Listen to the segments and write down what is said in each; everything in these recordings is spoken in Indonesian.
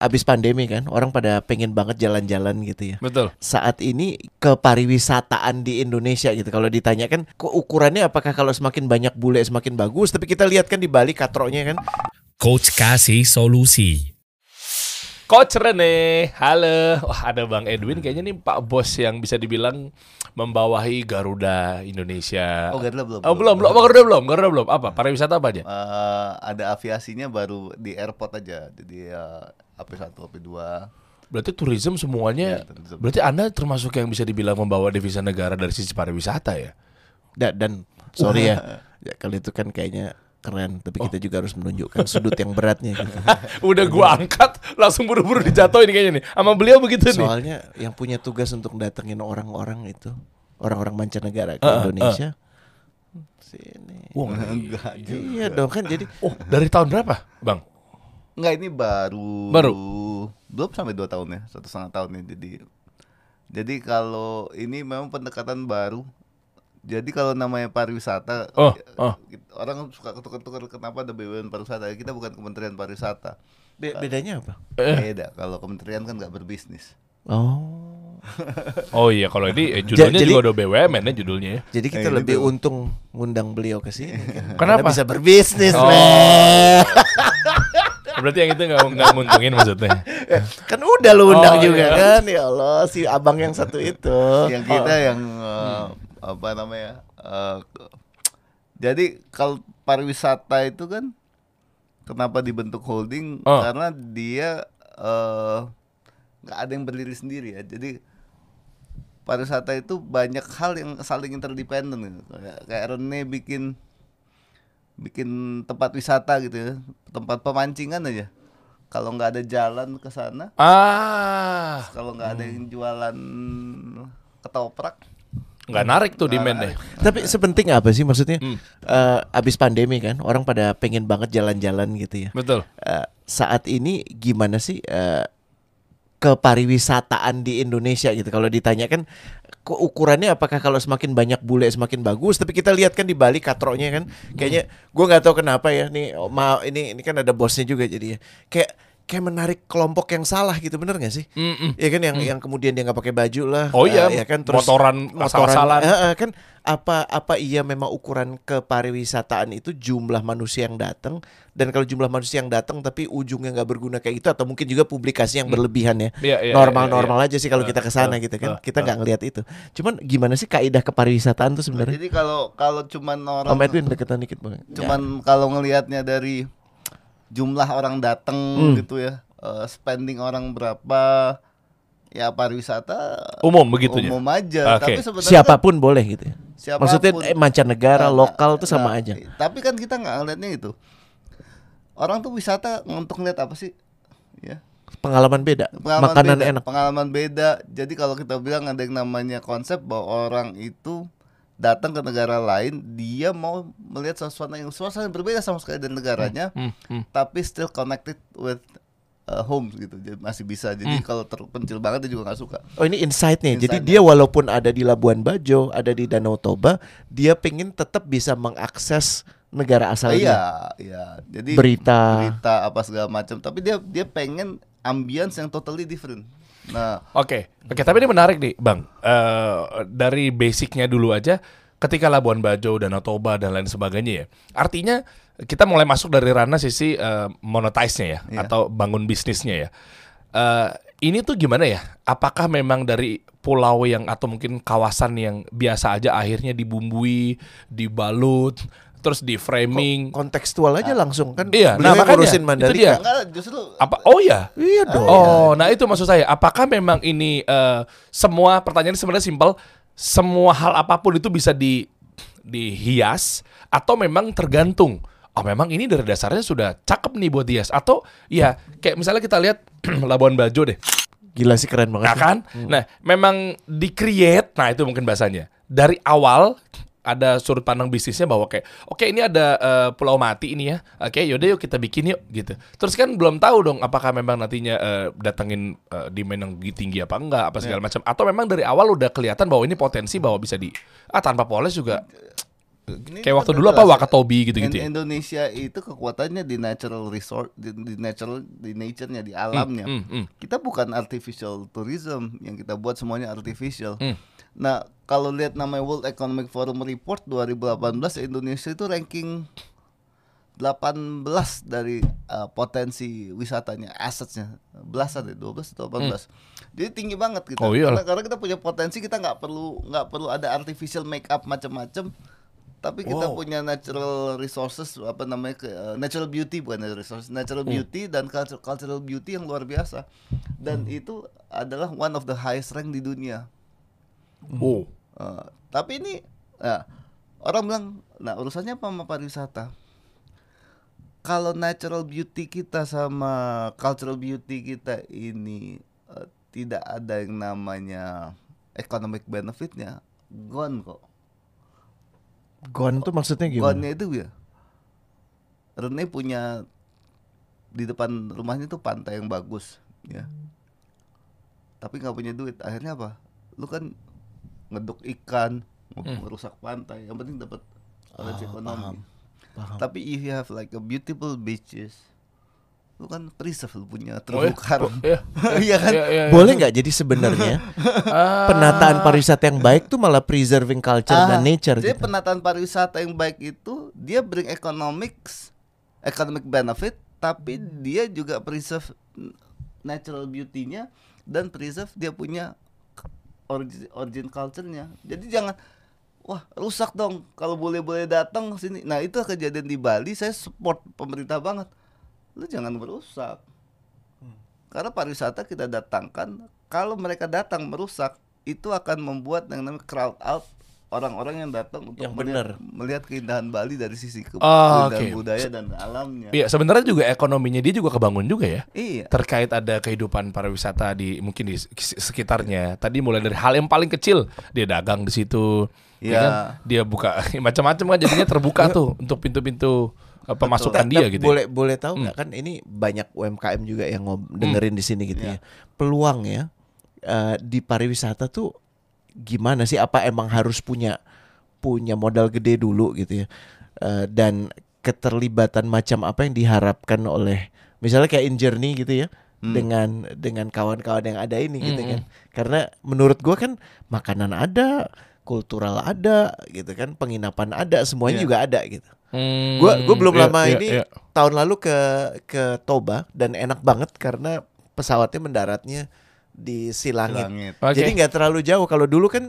abis pandemi kan, orang pada pengen banget jalan-jalan gitu ya. Betul. Saat ini kepariwisataan di Indonesia gitu. Kalau ditanyakan ukurannya apakah kalau semakin banyak bule semakin bagus, tapi kita lihat kan di Bali katroknya kan. Coach kasih solusi. Coach Rene, halo. Wah, ada Bang Edwin, kayaknya nih Pak Bos yang bisa dibilang membawahi Garuda Indonesia. Oh, Garuda belum. Oh, belum. Garuda belum. Apa? Pariwisata apa aja? Ada aviasinya baru di airport aja. Jadi AP1, AP2. Berarti tourism semuanya. Ya, tourism. Berarti Anda termasuk yang bisa dibilang membawa devisa negara dari sisi pariwisata ya? Dan sorry ya, kalau itu kan kayaknya keren, tapi kita juga harus menunjukkan sudut yang beratnya gitu. Udah gua angkat, langsung buru-buru dijatuhin kayaknya nih. Sama beliau begitu nih. Soalnya yang punya tugas untuk datengin orang-orang itu, orang-orang mancanegara ke Indonesia. Sini. Wah, Enggak juga. Iya dong kan, jadi dari tahun berapa, Bang? Enggak, ini baru. Belum sampai 2 tahun ya, 1,5 tahun ya. Jadi kalau ini memang pendekatan baru. Jadi kalau namanya pariwisata, orang suka ketukar-tukar kenapa ada BUMN pariwisata. Kita bukan Kementerian Pariwisata. bedanya apa? Beda. Kalau kementerian kan nggak berbisnis. Oh iya, kalau ini judulnya Jadi- juga udah BUMN ya judulnya ya. Jadi kita Ini lebih tuh. untung ngundang beliau ke sini. Kenapa? Karena bisa berbisnis, Oh. men. Berarti yang itu nggak nguntungin maksudnya. Kan udah lu undang Oh, juga iya. kan. Ya Allah, si abang yang satu itu. Yang kita yang apa namanya? Jadi kalau pariwisata itu kan kenapa dibentuk holding? Karena dia nggak ada yang berdiri sendiri ya. Jadi pariwisata itu banyak hal yang saling interdependen gitu. Kayak Rene bikin tempat wisata gitu ya, tempat pemancingan aja. Kalau nggak ada jalan ke sana, kalau nggak ada yang jualan ketoprak, Nggak narik tuh demand-nya. Tapi sepenting apa sih maksudnya? Abis pandemi kan, orang pada pengen banget jalan-jalan gitu ya. Betul. Saat ini gimana sih kepariwisataan di Indonesia gitu? Kalau ditanyakan ukurannya apakah kalau semakin banyak bule semakin bagus? Tapi kita lihat kan di Bali katroknya kan, kayaknya gue nggak tahu kenapa ya. Nih, ini kan ada bosnya juga jadi ya. Kayak menarik kelompok yang salah gitu, bener nggak sih? Ya kan yang kemudian dia nggak pakai baju lah. Oh iya, ya kan terus motoran asal-asalan. kan apa iya memang ukuran kepariwisataan itu jumlah manusia yang datang, dan kalau jumlah manusia yang datang tapi ujungnya nggak berguna kayak itu, atau mungkin juga publikasi yang berlebihan ya. Iya, Normal aja sih kalau kita ke sana gitu kan. Kita nggak ngelihat itu. Cuman gimana sih kaidah kepariwisataan tuh sebenarnya? jadi kalau cuman orang Om Edwin deketan dikit banget. cuman kalau ngelihatnya dari jumlah orang datang gitu ya, spending orang berapa, ya pariwisata Umum begitunya. umum aja. Oke. Tapi sebenarnya Siapapun boleh gitu ya. siapapun. Maksudnya mancanegara, lokal tuh sama aja. Tapi kan kita nggak ngelihatnya itu. Orang tuh wisata untuk ngeliat apa sih? Ya. Pengalaman beda, Pengalaman makanan beda, enak. pengalaman beda. Jadi kalau kita bilang ada yang namanya konsep bahwa orang itu datang ke negara lain, dia mau melihat suasana yang berbeda sama sekali dari negaranya, tapi still connected with home gitu. Jadi masih bisa. Jadi kalau terpencil banget dia juga nggak suka. Oh, ini insight-nya. Jadi Insight-nya. dia walaupun ada di Labuan Bajo, ada di Danau Toba, dia pengen tetap bisa mengakses negara asalnya. Iya. Jadi Berita apa segala macam. Tapi dia pengen ambience yang totally different. Nah, Oke, tapi ini menarik nih, Bang. Dari basicnya dulu aja, ketika Labuan Bajo, Danau Toba dan lain sebagainya ya. Artinya kita mulai masuk dari ranah sisi monetize-nya ya, Iya. atau bangun bisnisnya ya. Ini tuh gimana ya? Apakah memang dari pulau yang atau mungkin kawasan yang biasa aja akhirnya dibumbui, dibalut, terus di framing? kontekstual aja langsung kan. Iya, beliau nah, yang makanya, ngurusin itu Mandalika. dia. enggak, justru Apa? Oh ya. Iya dong. Oh, nah itu maksud saya. Apakah memang ini semua pertanyaan sebenarnya simpel, semua hal apapun itu bisa dihias atau memang tergantung? Oh, memang ini dari dasarnya sudah cakep nih buat hias, atau ya kayak misalnya kita lihat Labuan Bajo deh. Gila sih, keren banget. Nah kan? Nah, memang di-create, nah itu mungkin bahasanya. Dari awal ada sudut pandang bisnisnya bahwa kayak oke, ini ada pulau mati ini ya. Oke, yaudah yuk kita bikin yuk gitu. Terus kan belum tahu dong apakah memang nantinya datengin demand yang tinggi apa enggak, apa segala macam, atau memang dari awal udah kelihatan bahwa ini potensi bahwa bisa tanpa poles juga Ini Kayak waktu kan dulu udah apa jelas. Wakatobi gitu-gitu ya. Indonesia itu kekuatannya di natural resource, di nature-nya, di alamnya. Kita bukan artificial tourism yang kita buat semuanya artificial. Nah, kalau lihat namanya World Economic Forum Report 2018, Indonesia itu ranking 18 dari potensi wisatanya, assetsnya, belasan deh, 12 atau 18. Jadi tinggi banget kita. Oh, iyalah. Karena kita punya potensi, kita nggak perlu ada artificial make up macam-macam. Tapi kita punya natural resources, apa namanya, natural beauty, bukan natural resources, natural beauty dan cultural beauty yang luar biasa. Dan itu adalah one of the highest rank di dunia. Tapi ini orang bilang, nah urusannya apa sama pariwisata? Kalau natural beauty kita sama cultural beauty kita ini tidak ada yang namanya economic benefitnya, gone kok. Gone tuh maksudnya gimana? Gone-nya itu ya, Rene punya di depan rumahnya tuh pantai yang bagus, ya. Tapi nggak punya duit, akhirnya apa? Lu kan ngeduk ikan, merusak pantai, yang penting dapat ekonomi. Paham. Tapi if you have like a beautiful beaches, lu kan preserve, lu punya terumbu karang. Iya kan? Boleh nggak jadi sebenarnya penataan pariwisata yang baik tuh malah preserving culture dan nature Jadi gitu. penataan pariwisata yang baik itu dia bring economic benefit, tapi dia juga preserve natural beauty-nya dan preserve dia punya origin culture-nya. Jadi jangan rusak dong kalau boleh datang ke sini. Nah, itu kejadian di Bali, saya support pemerintah banget. Lu jangan merusak. Karena pariwisata kita datangkan, kalau mereka datang merusak, itu akan membuat yang namanya crowd out orang-orang yang datang untuk melihat keindahan Bali dari sisi keindahan budaya dan alamnya. Iya, sebenarnya juga ekonominya dia juga kebangun juga ya. Iya. Terkait ada kehidupan pariwisata di mungkin di sekitarnya. Tadi mulai dari hal yang paling kecil, dia dagang di situ. Ya kan? Dia buka macam-macam kan, jadinya terbuka tuh untuk pintu-pintu pemasukan dia gitu. Boleh tahu nggak, kan ini banyak UMKM juga yang dengerin di sini gitu ya. Peluang ya di pariwisata tuh gimana sih? Apa emang harus punya modal gede dulu gitu ya? Dan keterlibatan macam apa yang diharapkan oleh misalnya kayak InJourney gitu ya, dengan kawan-kawan yang ada ini gitu kan? Karena menurut gua kan makanan ada, kultural ada gitu kan, penginapan ada, semuanya juga ada gitu. Gue belum lama ini tahun lalu ke Toba dan enak banget karena pesawatnya mendaratnya di Silangit. Jadi nggak terlalu jauh. Kalau dulu kan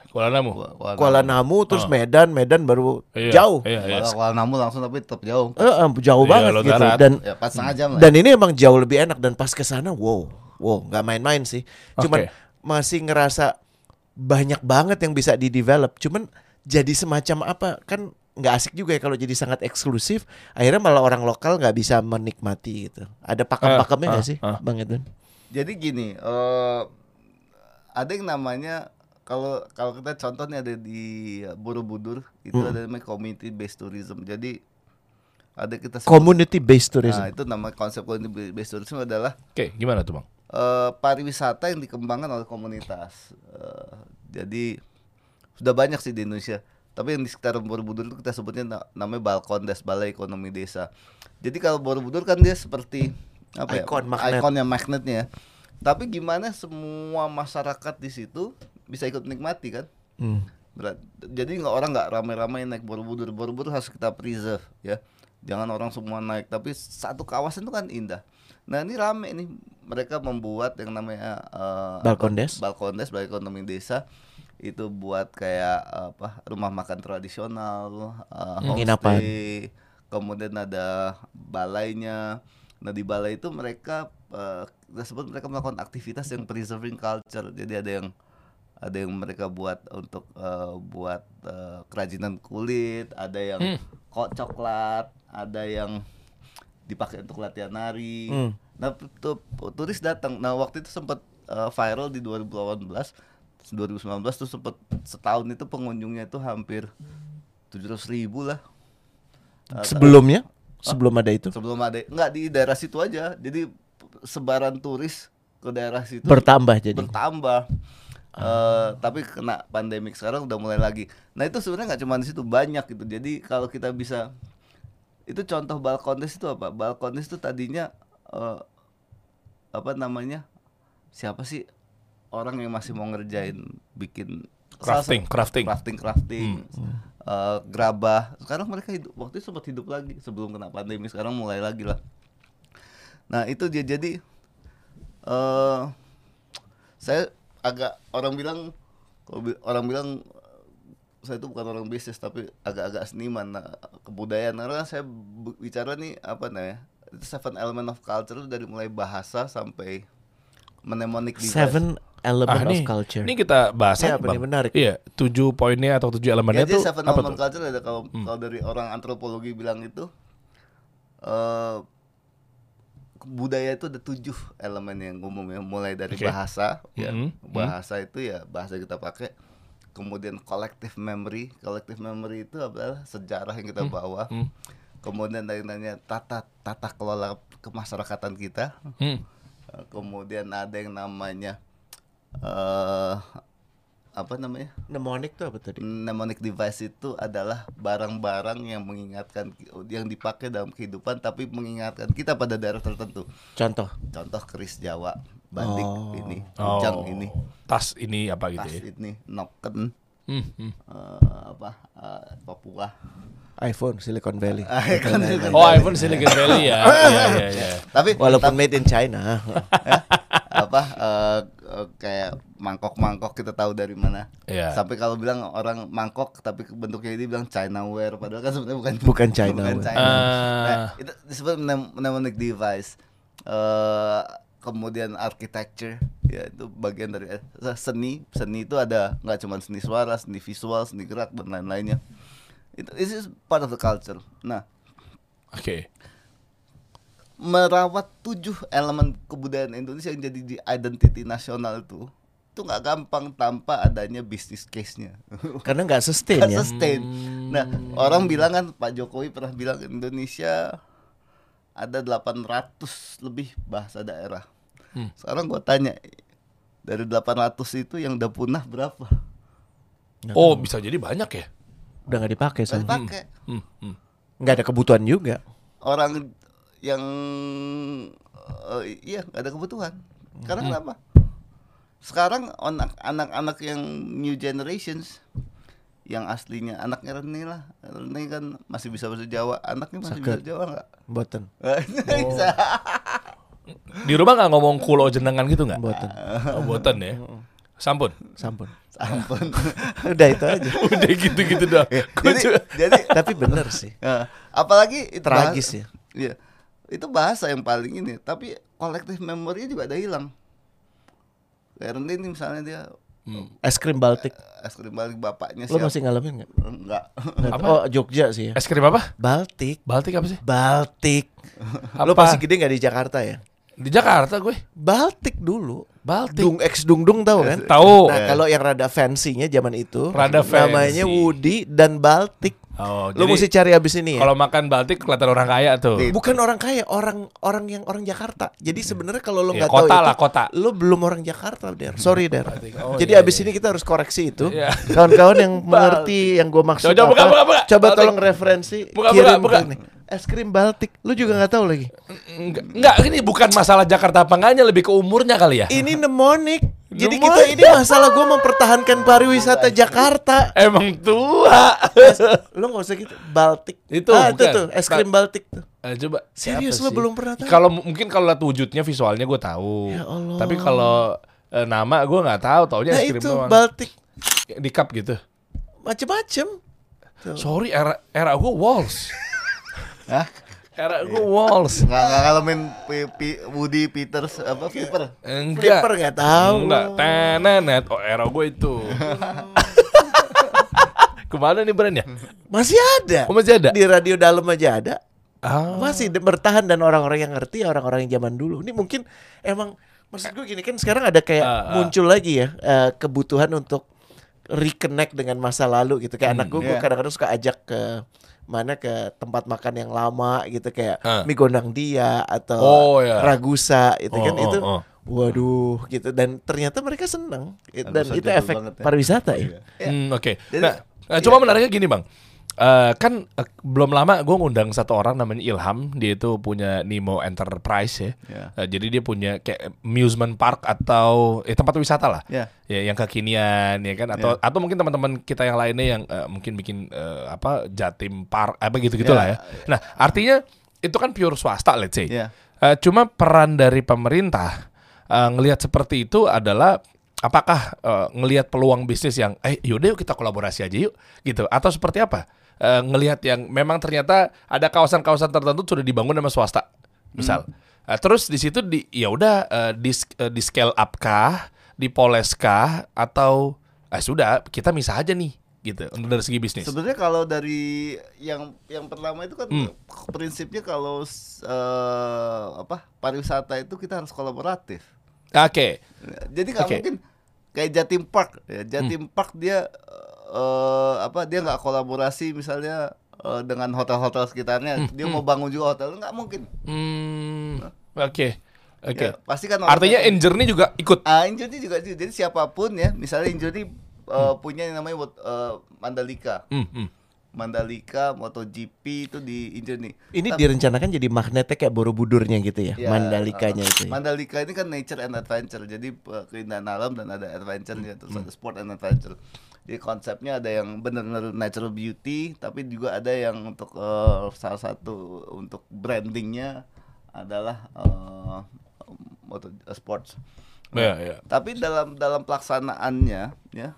Kuala Namu terus Medan baru jauh. Kuala Namu langsung, tapi tetap jauh. Jauh banget gitu. darat. Dan Ya, pas setengah jam lah. Dan ini emang jauh lebih enak, dan pas ke sana wow nggak main-main sih. Cuman masih ngerasa banyak banget yang bisa di-develop. Cuman jadi semacam apa, kan nggak asik juga ya kalau jadi sangat eksklusif. Akhirnya malah orang lokal nggak bisa menikmati gitu. Ada pakem-pakemnya nggak sih, Bang Edwin? Jadi gini, ada yang namanya, kalau kita contohnya ada di Borobudur, itu ada namanya community based tourism. Jadi ada kita community based tourism. Nah, itu nama konsep community based tourism adalah gimana tuh, Bang? Pariwisata yang dikembangkan oleh komunitas. Jadi sudah banyak sih di Indonesia. Tapi yang di sekitar Borobudur itu kita sebutnya namanya Balkondes, Balai Ekonomi Desa. Jadi kalau Borobudur kan dia seperti apa ikonnya, magnetnya. Tapi gimana semua masyarakat di situ bisa ikut menikmati kan? Jadi orang nggak ramai-ramai naik Borobudur. Borobudur harus kita preserve ya. Jangan orang semua naik, tapi satu kawasan itu kan indah. Nah, ini rame nih, mereka membuat yang namanya Balkondes, Balai Ekonomi Desa. Itu buat kayak rumah makan tradisional, homestay, kemudian ada balainya. Nah, di balai itu mereka mereka melakukan aktivitas yang preserving culture. Jadi ada yang mereka buat untuk kerajinan kulit, ada yang coklat, ada yang dipakai untuk latihan nari. Nah, turis datang. Nah, waktu itu sempat viral di 2019 tuh, sempat setahun itu pengunjungnya itu hampir 700.000 lah. Sebelumnya? Sebelum ada itu? Sebelum ada, enggak, di daerah situ aja. Jadi sebaran turis ke daerah situ bertambah. Tapi kena pandemik sekarang udah mulai lagi. Nah itu sebenarnya nggak cuma di situ, banyak gitu. Jadi kalau kita bisa, itu contoh bulk contest itu apa? Bulk contest itu tadinya apa namanya? Siapa sih orang yang masih mau ngerjain bikin Crafting. gerabah. Sekarang mereka waktu itu sempat hidup lagi sebelum kena pandemi. Sekarang mulai lagi lah. Nah itu dia, jadi saya agak, orang bilang saya itu bukan orang bisnis tapi agak-agak seniman, kebudayaan. Karena saya bicara nih apa namanya, itu 7 element of culture, dari mulai bahasa sampai mnemonic device. 7 element of nih, culture. Ini kita bahas Ya, aja, Bang. ini menarik. Iya, 7 poinnya atau 7 elemennya Jadi tuh 7 apa element tuh? culture ada, kalau dari orang antropologi bilang itu budaya itu ada 7 elemen yang umum ya, mulai dari Oke. bahasa ya. Mhm. Bahasa itu ya bahasa kita pakai. Kemudian collective memory itu adalah sejarah yang kita bawa. Kemudian dari nanya tata kelola kemasyarakatan kita. Kemudian ada yang namanya apa namanya? Mnemonic tuh apa tadi? Mnemonic device itu adalah barang-barang yang mengingatkan, yang dipakai dalam kehidupan tapi mengingatkan kita pada daerah tertentu. Contoh. Contoh keris Jawa, batik ini, Oh, ujang ini, tas ini apa gitu tas ya? ini, noken, Papua. iPhone Silicon Valley. Oh, iPhone Silicon Valley ya. Iya. Tapi Walaupun made in China. kayak mangkok kita tahu dari mana. Iya. Sampai kalau bilang orang mangkok tapi bentuknya ini bilang Chinaware, padahal kan sebenarnya Bukan Chinaware. Nah, itu disebut mnemonic device. Kemudian architecture, ya itu bagian dari seni. Seni itu ada nggak cuma seni suara, seni visual, seni gerak dan lain-lainnya. This is part of the culture. Nah, Oke. merawat 7 elemen kebudayaan Indonesia yang jadi di identity nasional itu nggak gampang tanpa adanya business case-nya. Karena nggak sustain Nggak ya. sustain. Nah, orang bilang kan, Pak Jokowi pernah bilang Indonesia ada 800 lebih bahasa daerah. Sekarang gua tanya, dari 800 itu yang udah punah berapa? Oh, bisa jadi banyak ya? Udah nggak dipakai Nggak soalnya. dipakai. Nggak ada kebutuhan juga. Orang yang iya nggak ada kebutuhan. Karena kenapa? Sekarang anak-anak yang new generations, yang aslinya anaknya Rene lah, Rene kan masih bisa bahasa Jawa, anaknya masih bisa Saket. Jawa nggak? Boten. Bisa. Di rumah nggak ngomong kulo jenengan gitu nggak? Boten. Oh, boten ya. Sampun. Sampun. Ampun. Udah itu aja. Udah gitu-gitu dah. jadi Tapi bener sih. apalagi itu Tragis bahasa, ya. Iya. Itu bahasa yang paling ini, tapi collective memory juga ada hilang. Kayak Rene ini misalnya dia Es krim Baltik. es krim balik bapaknya Lo siapa? masih ngalamin nggak? Enggak. Apa? Oh Jogja sih ya. Es krim apa? Baltik. Baltik apa sih? Baltik. Lo Apa? pasti gede nggak di Jakarta ya? Di Jakarta gue. Baltik dulu. Baltik. Dung X Dung Dung tahu kan? Tahu. Nah kalau yang rada fancy-nya zaman itu, Rada namanya fancy. Woody dan Baltik. Oh, Lo jadi mesti cari abis ini ya. kalau makan Baltik kelihatan orang kaya tuh. Bukan orang kaya, orang Jakarta. Jadi sebenarnya kalau lo Ya, nggak tahu kota itu, lah, kota. lo belum orang Jakarta, Der. Sorry, Der. Oh, Jadi iya, abis iya. ini kita harus koreksi itu. Iya. Kawan-kawan yang mengerti yang gue maksud Coba, apa? buka. Coba Baltik. tolong referensi, Buka. kirim ke ini. Es krim Baltik, lo juga nggak tahu lagi. Enggak, ini bukan masalah Jakarta apa enggaknya, lebih ke umurnya kali ya. Ini mnemonik. Jadi Mnemonik. kita ini masalah gue mempertahankan pariwisata Jakarta. Emang tua. Lo nggak usah gitu. Baltik. Itu itu bukan. tuh es krim Baltik tuh. Coba. Serius siapa lo sih? belum pernah tahu? Kalau mungkin kalau lihat wujudnya visualnya gue tahu. Ya Allah. Tapi kalau nama gue nggak tahu, taunya Nah es krim itu doang. Baltik Di cup gitu. macem-macem. Sorry, era gue Walls. Hah? Era gue Walls. Nggak ngalamin Woody Peters apa Flipper. Enggak. Flipper nggak tahu. Enggak. Tenenet. Oh, era gue itu. Kemana nih brandnya? Masih ada. Oh, masih ada? Di radio dalam aja ada. Ah. Masih bertahan dan orang-orang yang ngerti, orang-orang yang zaman dulu. Ini mungkin emang maksud gue gini kan sekarang ada kayak muncul lagi ya kebutuhan untuk reconnect dengan masa lalu gitu. Kayak anak gue iya. kadang-kadang suka ajak ke mana ke tempat makan yang lama gitu kayak Ah. mie gondang dia atau Oh, ya. Ragusa itu kan itu Waduh, gitu. Dan ternyata mereka senang. Dan Harus itu ada efek banget ya. pariwisata ya. Oke. Jadi- Nah, cuma menariknya gini bang. Kan belum lama gue ngundang satu orang namanya Ilham. Dia itu punya Nemo Enterprise ya. Ya. Jadi dia punya kayak amusement park atau tempat wisata lah. Ya. Ya, yang kekinian ya kan, atau mungkin teman-teman kita yang lainnya yang mungkin bikin Jatim Park apa gitu-gitulah ya. Nah, artinya itu kan pure swasta, let's say. Ya. Cuma peran dari pemerintah ngelihat seperti itu adalah apakah ngelihat peluang bisnis yang yaudah yuk kita kolaborasi aja yuk gitu, atau seperti apa? Ngelihat yang memang ternyata ada kawasan-kawasan tertentu sudah dibangun sama swasta misal. Terus di situ ya udah di scale up kah, dipoles kah, atau sudah kita misah aja nih gitu untuk dari segi bisnis. Sebenarnya kalau dari yang pertama itu kan prinsipnya kalau pariwisata itu kita harus kolaboratif. Oke. Jadi nggak mungkin kayak Jatim Park ya. Jatim Park dia dia nggak kolaborasi misalnya dengan hotel-hotel sekitarnya. Dia mau bangun juga hotel, nggak mungkin. Oke. Ya, pasti kan Artinya Enjourney juga ikut. Injourney juga, jadi siapapun ya, misalnya Injourney punya yang namanya Mandalika. Mandalika, MotoGP itu di Injourney. Ini direncanakan jadi magnetnya kayak Borobudurnya gitu ya, Mandalikanya itu. Ya. Mandalika ini kan nature and adventure, jadi keindahan alam dan ada adventure-nya, terus ada sport and adventure. Jadi konsepnya ada yang benar-benar natural beauty, tapi juga ada yang untuk salah satu untuk brandingnya adalah sports. Ya. Tapi dalam pelaksanaannya ya.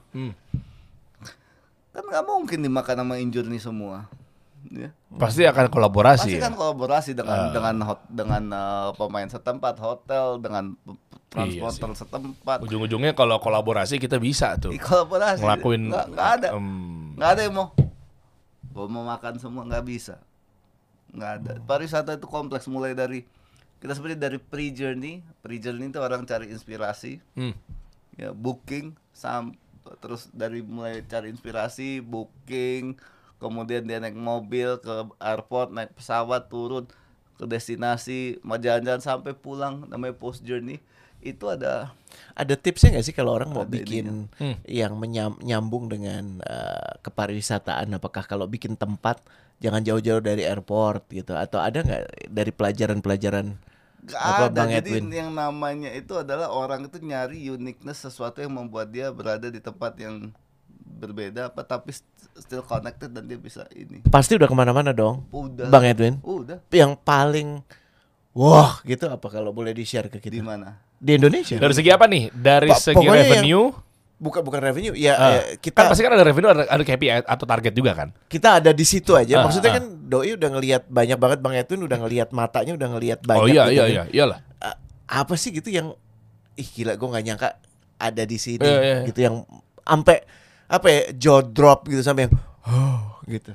Kan nggak mungkin dimakan sama Injourney semua, ya. Pasti akan kolaborasi. Pasti kan kolaborasi dengan pemain setempat, hotel, dengan transporter setempat. Ujung-ujungnya kalau kolaborasi kita bisa tuh Kolaborasi ngelakuin nggak ada yang mau makan semua, nggak bisa, nggak ada. Pariwisata itu kompleks, mulai dari kita seperti dari pre-journey itu orang cari inspirasi, ya booking terus dari mulai cari inspirasi, booking, kemudian dia naik mobil ke airport, naik pesawat, turun ke destinasi, mau jalan-jalan sampai pulang, namanya post journey. Itu ada tipsnya nggak sih kalau orang mau bikin yang nyambung dengan kepariwisataan? Apakah kalau bikin tempat jangan jauh-jauh dari airport gitu, atau ada nggak dari pelajaran-pelajaran? Gak Apa, ada. Bang Jadi Edwin? yang namanya itu adalah orang itu nyari uniqueness, sesuatu yang membuat dia berada di tempat yang berbeda tapi still connected dan dia bisa ini. Pasti udah kemana-mana dong, Udah. Bang Edwin. Udah. Yang paling wah gitu apa kalau boleh di-share ke kita? Di mana? Di Indonesia. dari segi apa nih? Dari segi Pokoknya revenue? Bukan revenue ya, kita Kan pasti kan ada revenue, ada KPI atau target juga kan? kita ada di situ aja. Maksudnya kan Doi udah ngelihat banyak banget, Bang Edwin udah ngelihat matanya, udah ngelihat banyak. Oh iya gitu kan. iyalah. Apa sih gitu yang gila, gue nggak nyangka ada di sini Iya. gitu, yang sampai apa ya, jaw drop gitu, sampai yang gitu.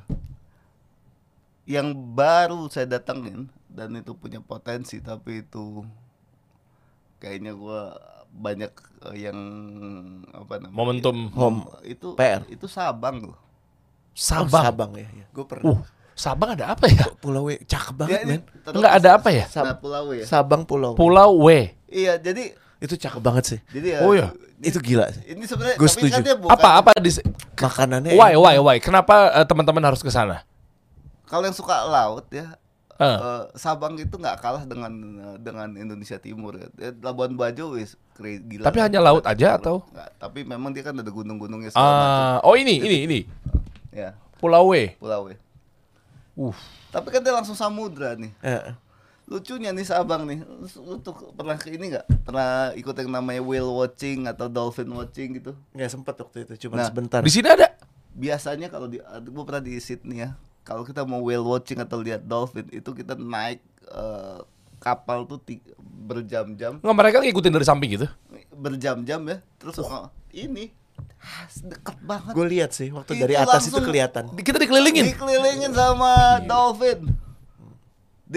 Yang baru saya datangin dan itu punya potensi, tapi itu kayaknya gua banyak yang Momentum Home itu PR. itu Sabang loh. Sabang. Sabang ya. Gue pernah. Sabang ada apa ya? Pulau W cakep banget, men. Enggak ada apa ya? Pulau ya. Sabang Pulau. Pulau W. Iya, jadi Itu cakep banget sih. ya, Oh iya. Itu gila sih. ini sebenarnya Gua tapi kan setuju. dia bukan, Apa di Makanannya why? Kenapa teman-teman harus ke sana? kalau yang suka laut ya, Sabang itu nggak kalah dengan Indonesia Timur ya. Labuan Bajo wis gila. Tapi hanya laut aja atau? Nggak, tapi memang dia kan ada gunung-gunungnya segala macam. Oh ini. Ya, Pulau W. Pulau W. Tapi kan dia langsung samudra nih. Lucunya nih Sabang nih, lu tuh pernah ke ini nggak? Pernah ikut yang namanya whale watching atau dolphin watching gitu? nggak sempet waktu itu, cuma Nah, sebentar. Di sini ada. Biasanya kalau gue pernah di Sydney ya, kalau kita mau whale watching atau lihat dolphin itu kita naik kapal tuh berjam-jam, Nggak, mereka ngikutin dari samping gitu. berjam-jam ya. Terus ini deket banget. Gue lihat sih waktu Itu dari atas itu langsung kelihatan. Kita dikelilingin. Dikelilingin sama dolphin.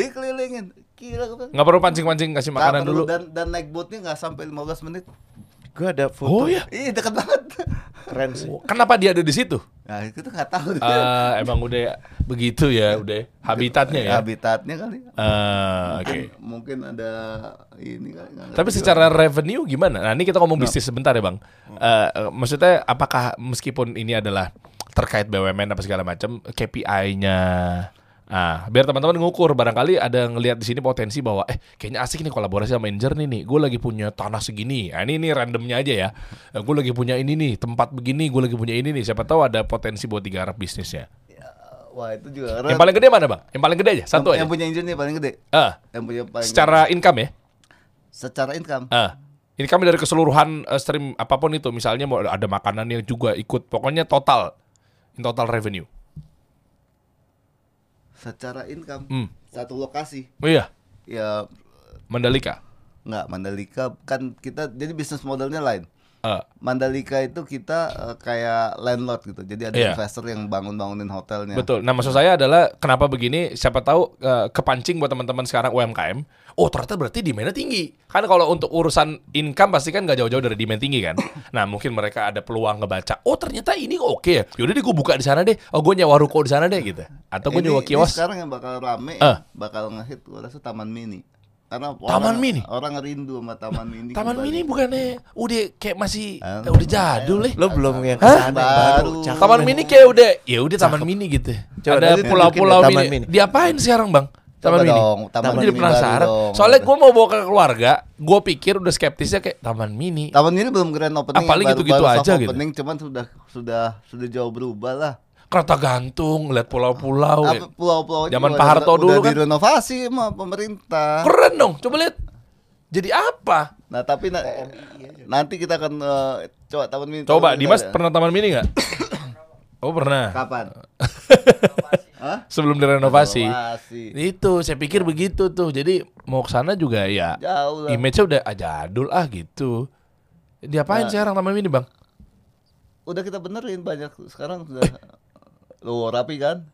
Dikelilingin. Gila gue. Nggak perlu pancing-pancing kasih makanan Nggak perlu, dulu. dan naik boatnya nggak sampai 15 menit. Gue ada foto. Oh ya. Iya dekat banget. Keren sih. Kenapa dia ada di situ? Nah itu tuh nggak tahu. Emang udah begitu ya, udah habitatnya ya. Habitatnya kali. Oke. Mungkin ada ini kali. nggak Tapi ngerti secara revenue gimana? Nah ini kita ngomong bisnis sebentar ya bang. Maksudnya apakah meskipun ini adalah terkait BUMN apa segala macam, KPI-nya, biar teman-teman ngukur, barangkali ada ngelihat di sini potensi bahwa kayaknya asik nih kolaborasi sama Injourney nih. Gue lagi punya tanah segini. Nah, ini randomnya aja ya. Gue lagi punya ini nih, tempat begini. Gue lagi punya ini nih. Siapa tahu ada potensi buat digarap bisnisnya. Wah itu juga. Yang paling gede mana bang? Yang paling gede aja, satu aja. Yang punya Injourney paling gede. Yang punya paling Secara income ya? Secara income. Income dari keseluruhan stream apapun itu. Misalnya mau ada makanan yang juga ikut. Pokoknya total revenue. Secara income. Satu lokasi. Oh iya, Ya Mandalika. nggak, Mandalika kan kita jadi bisnis modelnya lain. Mandalika itu kita kayak landlord gitu. Jadi ada Iya. investor yang bangunin hotelnya. Betul. Nah maksud saya adalah kenapa begini? Siapa tahu kepancing buat teman-teman sekarang UMKM. Oh ternyata berarti demand-nya tinggi. Kan kalau untuk urusan income pasti kan nggak jauh-jauh dari demand tinggi kan. Nah mungkin mereka ada peluang ngebaca. Oh ternyata ini oke ya. Yaudah deh gue buka di sana deh. Oh gue nyewa ruko di sana deh gitu. Atau gue nyewa Ini kios. sekarang yang bakal rame, bakal ngehit gue rasa Taman Mini. Karena Taman Mini? Orang rindu sama Taman Mini. Taman kembali. Mini bukannya udah kayak masih udah jadul ya. Lo belum yang Hah? kesana Baru. cakep. Taman Mini kayak udah ya udah Taman Mini gitu. Coba Ada nanti pulau-pulau tunjukin deh, Taman mini. Mini. Diapain sekarang bang? Taman Coba Mini. dong, Taman Jadi Mini penasaran. baru dong. Soalnya gue mau bawa ke keluarga, gue pikir udah skeptisnya kayak Taman Mini. Taman Mini belum grand opening. Apalagi baru- gitu-gitu baru aja soft gitu. Opening cuman sudah jauh berubah lah. Kereta gantung, lihat pulau-pulau. Apa pulau-pulau Zaman Pak Harto dulu kan. direnovasi sama pemerintah. Keren dong, coba lihat. Jadi apa? Nah tapi nanti kita akan coba Taman Mini. Coba Taman Mini Dimas ada. pernah Taman Mini nggak? Oh pernah. Kapan? Hah? Sebelum direnovasi. Renovasi. Itu saya pikir begitu tuh. Jadi mau ke sana juga ya. Jauh lah. Image-nya udah jadul gitu. Diapain sekarang Taman Mini bang? Udah kita benerin banyak sekarang sudah. Loh rapi kan?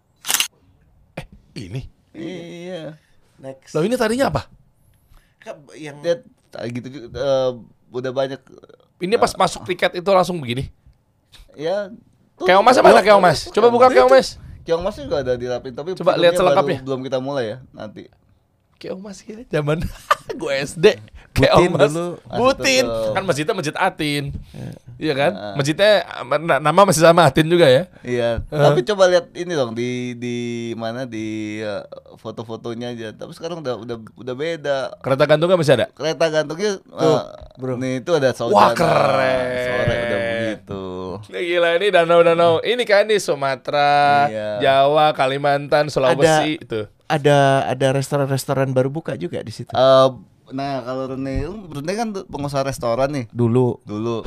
Ini. Iya. Next. Loh ini tadinya apa? Yang Lihat gitu juga, udah banyak. Ini pas masuk tiket itu langsung begini. Ya. tuh. Keong Mas mana Keong Mas? Coba buka Keong Mas. Keong Mas juga ada dirapin tapi Coba lihat filmnya selengkapnya. baru- belum kita mulai ya nanti. Keong Mas kira zaman gue SD. Butin Keong Mas. dulu. Butin. Masih Kan masjidnya Masjid Atin. Iya kan? Masjidnya nama masih sama Atin juga ya. Iya, tapi coba lihat ini dong di mana di foto-fotonya aja. Tapi sekarang udah beda. Kereta gantungnya masih ada. Kereta gantungnya bro. nih itu ada saudara. Wah, keren. Sore udah begitu. Ini gila ini danau-danau. Ini kan di Sumatera, Iya. Jawa, Kalimantan, Sulawesi itu. ada restoran-restoran baru buka juga di situ. Nah, kalau Rene kan pengusaha restoran nih Dulu. dulu.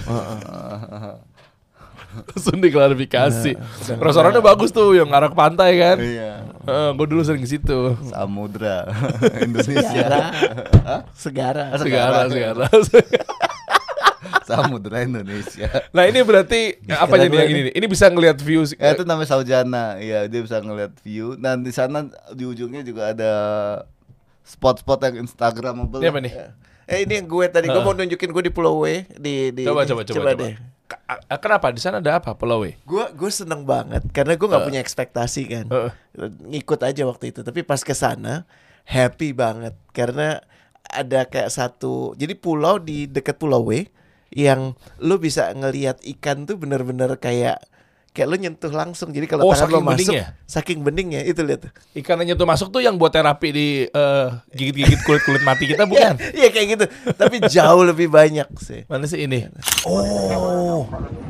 Langsung diklarifikasi. Restorannya bagus tuh yang ngarah ke pantai kan. Iya. Gue dulu sering ke situ. Samudra Indonesia. Segara. Segara. Samudra Indonesia. Nah ini berarti apa jadi yang ini nih? Ini bisa ngelihat view. Ya, itu namanya Saujana. Iya, dia bisa ngeliat view. Dan di sana di ujungnya juga ada spot-spot yang instagramable. Ini apa nih? Ini yang gue tadi gue mau nunjukin gue di Pulau W di Coba deh. Kenapa di sana ada apa Pulau W? Gue seneng banget karena gue nggak punya ekspektasi kan. Ngikut aja waktu itu. Tapi pas ke sana happy banget karena ada kayak satu. Jadi pulau di dekat Pulau W yang lu bisa ngelihat ikan tuh bener-bener kayak lu nyentuh langsung. Jadi kalau tangan lo saking masuk, beningnya? saking beningnya itu lihat tuh. Ikannya tuh masuk tuh yang buat terapi di gigit-gigit kulit mati kita bukan? Iya kayak gitu. Tapi jauh lebih banyak sih. Mana sih ini? Oh.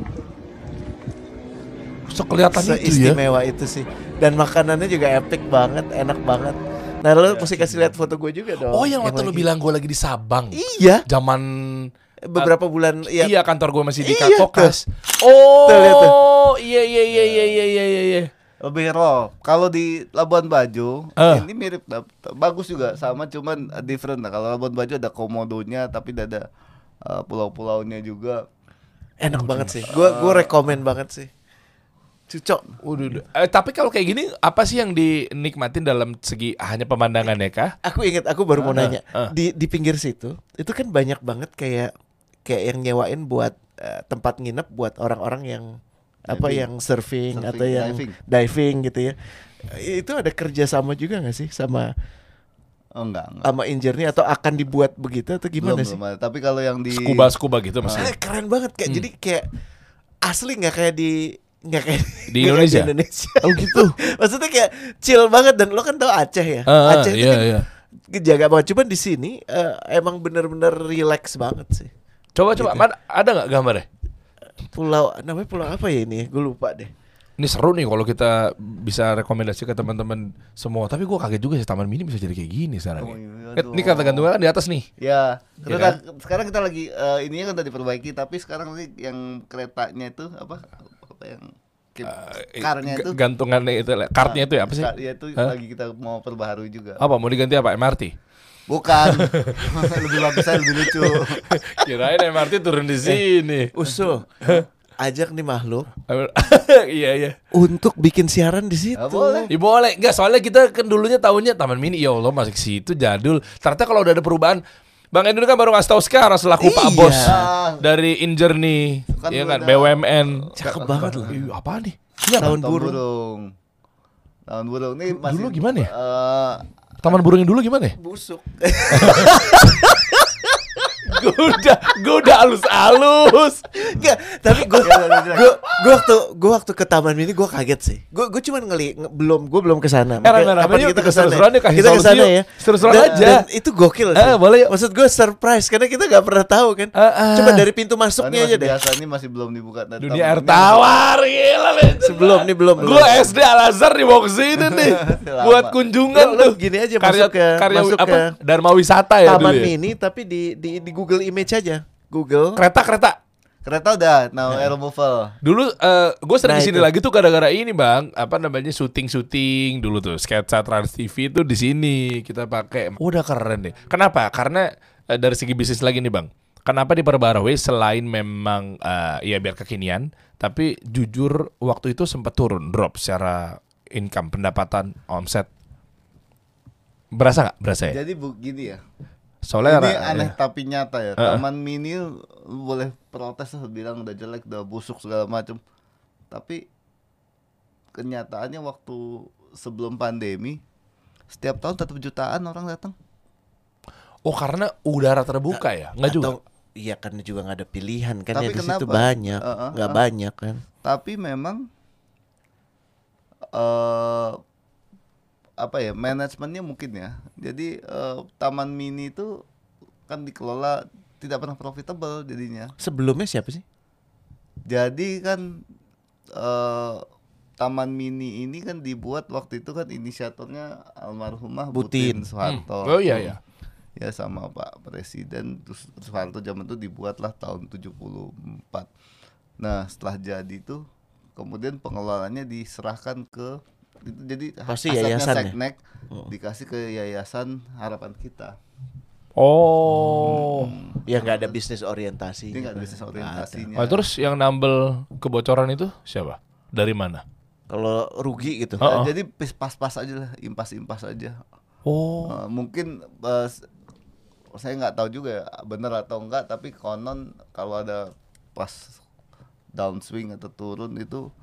So kelihatan itu ya. Seistimewa itu sih. Dan makanannya juga epic banget, enak banget. Nah lo mesti kasih lihat foto gue juga dong. Oh yang waktu lu lagi- bilang gue lagi di Sabang. Iya. Zaman Beberapa bulan ya. iya kantor gue masih di Iya, Katokas. Tuh, lihat tuh. Oh iya. Lebih raw. Kalau di Labuan Bajo Ah. ini mirip, bagus juga sama, cuman different lah. Kalau Labuan Bajo ada komodonya, tapi ada pulau-pulaunya juga. Enak banget sih. Gue rekomen banget sih. Cocok. Udah. Tapi kalau kayak gini apa sih yang dinikmatin dalam segi hanya pemandangannya kah? Aku ingat, aku baru mau nanya. Di pinggir situ itu kan banyak banget kayak kayak yang nyewain buat tempat nginep buat orang-orang yang yang surfing atau yang diving gitu ya. Itu ada kerja sama juga nggak sih sama enggak. sama Injourney atau akan dibuat begitu atau gimana sih? Belum. Tapi kalau yang di Scuba gitu maksudnya. Keren banget kayak jadi kayak asli nggak kayak di Di Indonesia? Oh gitu. Maksudnya kayak chill banget dan lo kan tahu Aceh ya. Aceh itu kan jaga banget. Cuman di sini emang bener-bener relax banget sih. Coba ada nggak gambarnya? Namanya pulau apa ya ini? Gue lupa deh. Ini seru nih kalau kita bisa rekomendasi ke teman-teman semua. Tapi gue kaget juga sih Taman Mini bisa jadi kayak gini sekarang. Ini kata gantungnya kan di atas nih. Ya, Ya kan? sekarang kita lagi ininya kan udah diperbaiki, tapi sekarang nih yang keretanya itu apa yang karnya itu gantungannya itu, kartnya itu ya apa sih? Ya itu lagi kita mau perbaharui juga. Apa mau diganti apa? MRT? Bukan. Lebih bagus lebih lucu. Kirain MRT turun di sini. Usul. Ajak nih makhluk Iya. untuk bikin siaran di situ. Boleh. Ya boleh. Enggak, soalnya kita kan dulunya tahunya Taman Mini. Ya Allah, masih ke situ jadul. Ternyata kalau udah ada perubahan, Bang Edun kan baru ngasih tahu sekarang selaku Pak Iya. Bos dari Injourney, Kan ya kan, udah- BUMN. Cakep banget loh. Apa nih? Tahun Tahun burung. burung. Tahun burung nih masih Dulu gimana ya? eh, Taman burung yang dulu gimana ya? Busuk. Gue udah halus-halus. Enggak, tapi gue waktu ke Taman Mini gue kaget sih. Gue cuman gue belum ke sana. Kapan Kita kita ke sana? seru-seruan yuk, kasih Kita ke solusi sana yuk. ya. Seru-seruan Dan- aja. Dan itu gokil sih. Boleh yuk. Maksud gue surprise karena kita nggak pernah tahu kan. Coba dari pintu masuknya aja deh. Biasa ini masih belum dibuka. Dan Dunia Taman air Mini tawar gila nih. Sebelum Gue SD Al Azhar dibawa ke sini nih Lama. buat kunjungan Lo tuh. gini aja karya masuk ke Dharma Wisata ya Taman dulu ya. Mini tapi di Google Image aja. Google. Kereta. Kereta udah, now air removal. Dulu gue sering Nah, kesini itu. lagi tuh gara-gara ini Bang, apa namanya syuting dulu tuh sketsa Trans TV tuh di sini kita pakai. Udah keren deh. Kenapa? Karena dari segi bisnis lagi nih Bang. Kenapa diperbarui selain memang ya biar kekinian, tapi jujur waktu itu sempat drop secara income, pendapatan, omset. Berasa nggak? Berasa ya? Jadi begini ya. Soalnya Ini aneh tapi nyata ya. Taman Mini lu boleh protes lah, bilang udah jelek, udah busuk segala macam. Tapi kenyataannya waktu sebelum pandemi setiap tahun tetap jutaan orang datang. oh karena udara terbuka ya? Nggak juga. Iya kan juga nggak ada pilihan kan Tapi ya di situ kenapa? banyak, nggak banyak kan. Tapi memang apa ya, manajemennya mungkin ya. Jadi Taman Mini itu kan dikelola tidak pernah profitable jadinya. Sebelumnya siapa sih? Jadi kan Taman Mini ini kan dibuat waktu itu kan inisiatornya almarhumah Butin Soeharto. Oh iya. Ya sama Pak Presiden, terus Soeharto zaman itu dibuatlah tahun 74. Nah setelah jadi itu kemudian pengelolaannya diserahkan ke itu, jadi Pasti asetnya yayasan ya? Seknek dikasih ke Yayasan Harapan Kita. Oh. Ya nggak ada bisnis orientasi. Ini nggak ada bisnis orientasinya. Oh, terus yang nambel kebocoran itu siapa? Dari mana? Kalau rugi gitu. Oh. Jadi pas-pas aja lah, impas-impas aja. Oh. Mungkin saya nggak tahu juga ya benar atau enggak, tapi konon kalau ada pas downswing atau turun itu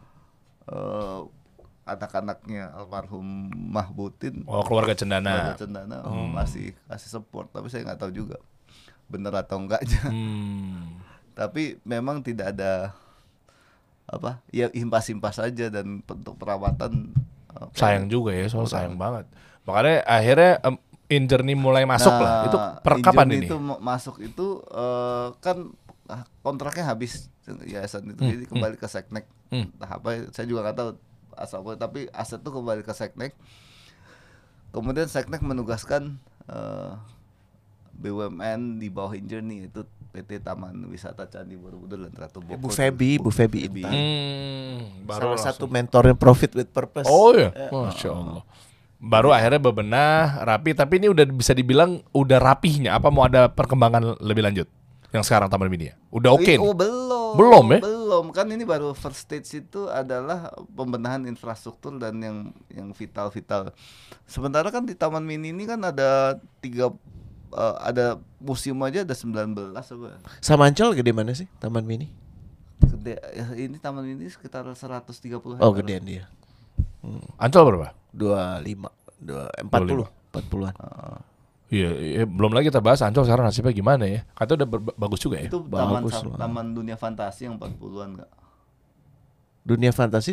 anak-anaknya almarhum Mahbutin, Oh, keluarga Cendana. Cendana masih kasih support, tapi saya nggak tahu juga benar atau enggaknya. Tapi memang tidak ada apa ya, impas-impas saja, dan untuk perawatan Sayang juga ya, soal sayang banget. Makanya akhirnya Injourney mulai masuk lah. Itu per kapan Injourney ini? itu masuk itu kan kontraknya habis yayasan itu, jadi kembali ke Seknek. Entah apa, saya juga nggak tahu asal apa, tapi aset itu kembali ke Seknek. Kemudian Seknek menugaskan BUMN di bawah Injourney, itu PT Taman Wisata Candi Borobudur dan Ratu Boko. Bu Febi Intan. Baru Salah satu langsung. mentornya Profit with Purpose. Oh ya, Masya Allah. Baru akhirnya bebenah, rapi. Tapi ini udah bisa dibilang udah rapihnya. Apa mau ada perkembangan lebih lanjut? Yang sekarang Taman Mini ya? Udah oke nih? Oh, belum. Belum ya? Belum. Kan ini baru first stage itu adalah pembenahan infrastruktur dan yang vital-vital. Sementara kan di Taman Mini ini kan ada 3 ada museum aja ada 19 apa. Sama Ancol gede mana sih Taman Mini? Gede, ini taman ini sekitar 130 hektar. Oh gedean dia. Ancol berapa? 25, 40-an. Iya, belum lagi kita bahas Ancol sekarang nasibnya gimana ya. Katanya udah bagus juga ya. Itu Bagus lah. taman dunia fantasi yang 40-an enggak? Dunia fantasi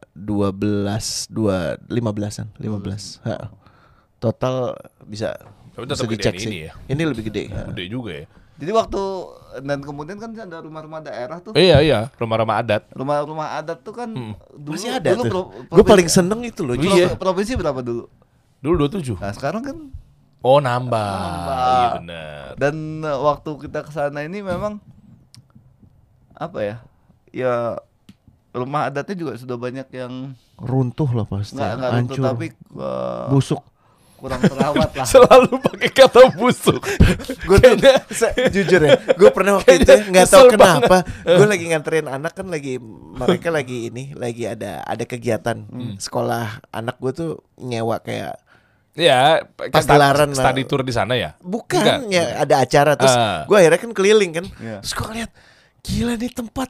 15-an. Ha. Total bisa Tapi tetap bisa dicek gedean sih. ini ya. Ini lebih gede. Gede juga ya. Jadi waktu dan kemudian kan ada rumah-rumah daerah tuh. Iya, rumah-rumah adat. Rumah-rumah adat tuh kan dulu, Masih ada dulu tuh. Gue paling seneng itu loh. Iya. Provinsi berapa dulu? Dulu 27. Nah, sekarang kan Oh, nambah. Iya benar. dan waktu kita ke sana ini memang apa ya? Ya rumah adatnya juga sudah banyak yang Runtuh lah pasti. enggak runtuh, Hancur. tapi Busuk. kurang terawat lah. Selalu pakai kata busuk. Gue tuh jujur ya, gue pernah waktu itu nggak tahu kesel kenapa, gue lagi nganterin anak kan mereka lagi ada kegiatan sekolah anak gue tuh nyewa kayak Ya, Pagelaran lah. study tour di sana ya? bukan Enggak. ya ada acara terus gue akhirnya kan keliling kan, Iya. terus gue ngeliat gila nih tempat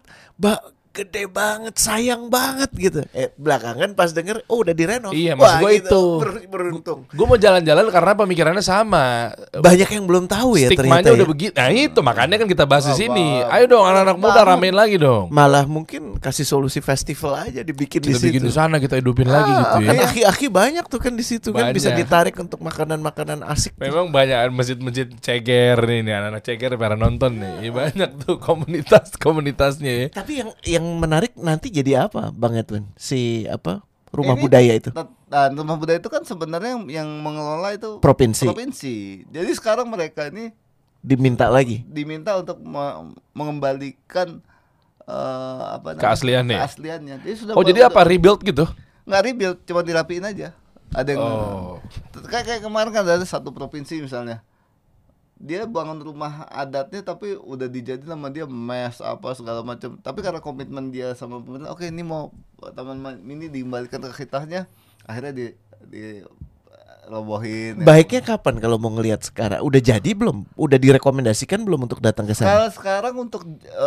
gede banget, sayang banget gitu. Belakangan pas denger udah direnov. Iya, maksud gua itu. Beruntung. Gue mau jalan-jalan karena pemikirannya sama. Banyak yang belum tahu ya Stigmanya ternyata udah ya. begitu. Nah itu makanya kan kita bahas di sini. Wah, Ayo dong anak-anak muda ramein lagi dong. Malah mungkin kasih solusi festival aja dibikin Kita di situ. bikin di sana, kita hidupin lagi gitu ya. Kan aki-aki banyak tuh kan di situ kan bisa Banyak. ditarik untuk makanan-makanan asik. tuh. Memang banyak masjid-masjid ceger nih anak-anak ceger pada nonton nih. Ya, banyak tuh komunitasnya ya. Tapi yang menarik nanti jadi apa, Bang Edwin? Si apa? Rumah Ini budaya itu. Nah, rumah budaya itu kan sebenarnya yang mengelola itu Provinsi. Jadi sekarang mereka ini Diminta lagi. diminta untuk mengembalikan apa namanya? Keasliannya. Keasliannya. Jadi sudah Oh jadi apa rebuild gitu? Nggak rebuild, cuma dirapiin aja. Ada yang Oh. kayak kemarin kan ada satu provinsi misalnya. Dia bangun rumah adatnya tapi udah dijadiin sama dia mes apa segala macam. Tapi karena komitmen dia sama pemerintah, oke ini mau taman mini dikembalikan ke kitanya, akhirnya di robohin. Baiknya kapan kalau mau ngelihat sekarang? Udah jadi belum? Udah direkomendasikan belum untuk datang ke sana? Kalau sekarang untuk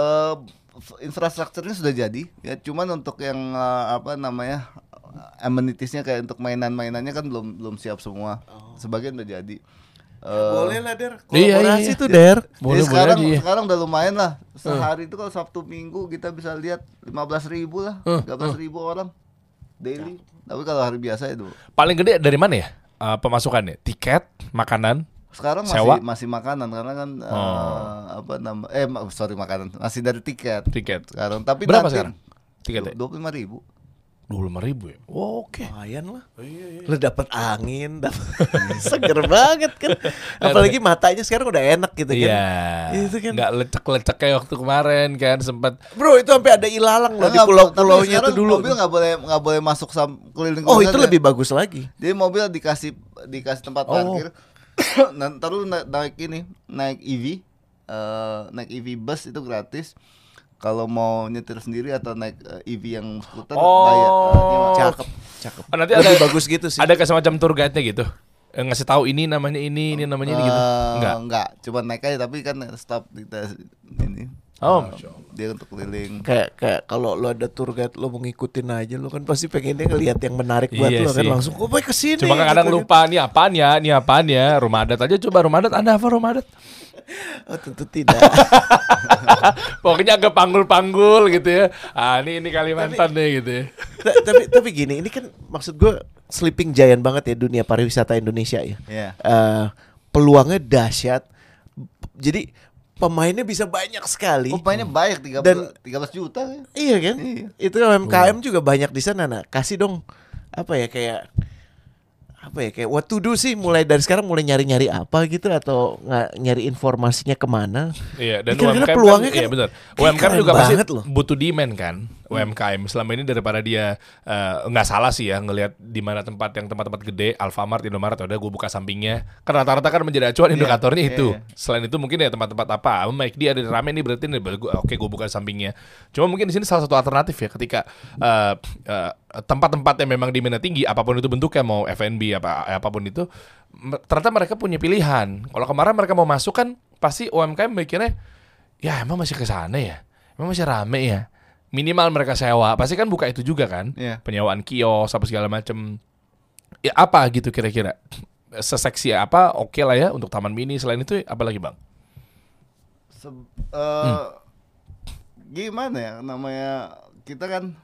infrastrukturnya sudah jadi, ya cuman untuk yang apa namanya amenitiesnya kayak untuk mainan-mainannya kan belum siap semua. Sebagian udah jadi. Boleh lah Der. Iya, Kolaborasi iya. tuh Der. Boleh Sekarang udah lumayan lah. Sehari itu kalau Sabtu Minggu kita bisa lihat 15.000 lah, 13.000 orang daily. Tapi kalau hari biasa itu Paling gede dari mana ya pemasukannya? Tiket, makanan? sekarang Sewa? masih makanan karena kan apa nama makanan masih dari tiket. Tiket. Sekarang tapi Berapa nanti sekarang? Tiketnya? 25.000. 25.000 ya? Oh, oke. Lumayan lah. Lu dapet angin, seger banget kan. Apalagi matanya sekarang udah enak gitu kan. Iya. Itu kan. Nggak lecek-lecek kayak waktu kemarin kan sempat. Bro, itu sampai ada ilalang loh di Tapi pulau-pulaunya sekarang tuh dulu. mobil nggak boleh masuk keliling. Oh, itu lebih bagus lagi. Jadi mobil dikasih tempat Oh. parkir. Nanti lu naik EV bus itu gratis. Kalau mau nyetir sendiri atau naik EV yang skuter bayar. nyewa. Cakep. Oh, nanti Lebih ada bagus gitu sih. Ada kayak semacam tour guide-nya gitu. Ngasih tahu ini namanya ini namanya ini gitu. Enggak. Cuma naik aja tapi kan stop kita ini. Oh, Masya Allah. Dia untuk keliling. Kayak kalau lo ada tour guide lo mau ngikutin aja lo kan pasti pengennya ngelihat yang menarik buat Iya lo kan sih. langsung gue mau kesini. Cuma kadang gitu kan. lupa nih apaan ya. Rumah adat aja coba rumah adat. Ada apa rumah adat? Oh tentu tidak. Pokoknya agak panggul-panggul gitu ya. Ini Kalimantan deh gitu ya. tapi gini, ini kan maksud gue sleeping giant banget ya dunia pariwisata Indonesia ya. Iya. Peluangnya dahsyat. Jadi pemainnya bisa banyak sekali. Pemainnya banyak 13 Dan- 13 juta ya. Iya kan? Iya. Itu UMKM juga banyak di sana. Nah, kasih dong kayak what to do sih, mulai dari sekarang mulai nyari-nyari apa gitu atau nyari informasinya kemana. Iya, dan Kira-kira UMKM peluangnya kan, iya kan benar. kayak UMKM keren juga pasti banget loh. butuh demand kan. UMKM selama ini daripada dia nggak salah sih ya ngelihat di mana tempat-tempat gede, Alfamart, Indomaret, udah gue buka sampingnya. Kan rata-rata kan menjadi acuan indikatornya itu. iya. Selain itu mungkin ya tempat-tempat apa, McD ada rame nih berarti nih, oke gue buka sampingnya. Cuma mungkin di sini salah satu alternatif ya ketika tempat-tempat yang memang diminati tinggi, apapun itu bentuknya mau F&B apapun itu, ternyata mereka punya pilihan. Kalau kemarin mereka mau masuk kan pasti UMKM mikirnya, ya emang masih ke sana ya, emang masih rame ya. Minimal mereka sewa, pasti kan buka itu juga kan, penyewaan kios apa segala macem. Ya apa gitu kira-kira? Seseksi apa? Oke lah ya untuk Taman Mini. Selain itu apa lagi bang? Gimana ya namanya, kita kan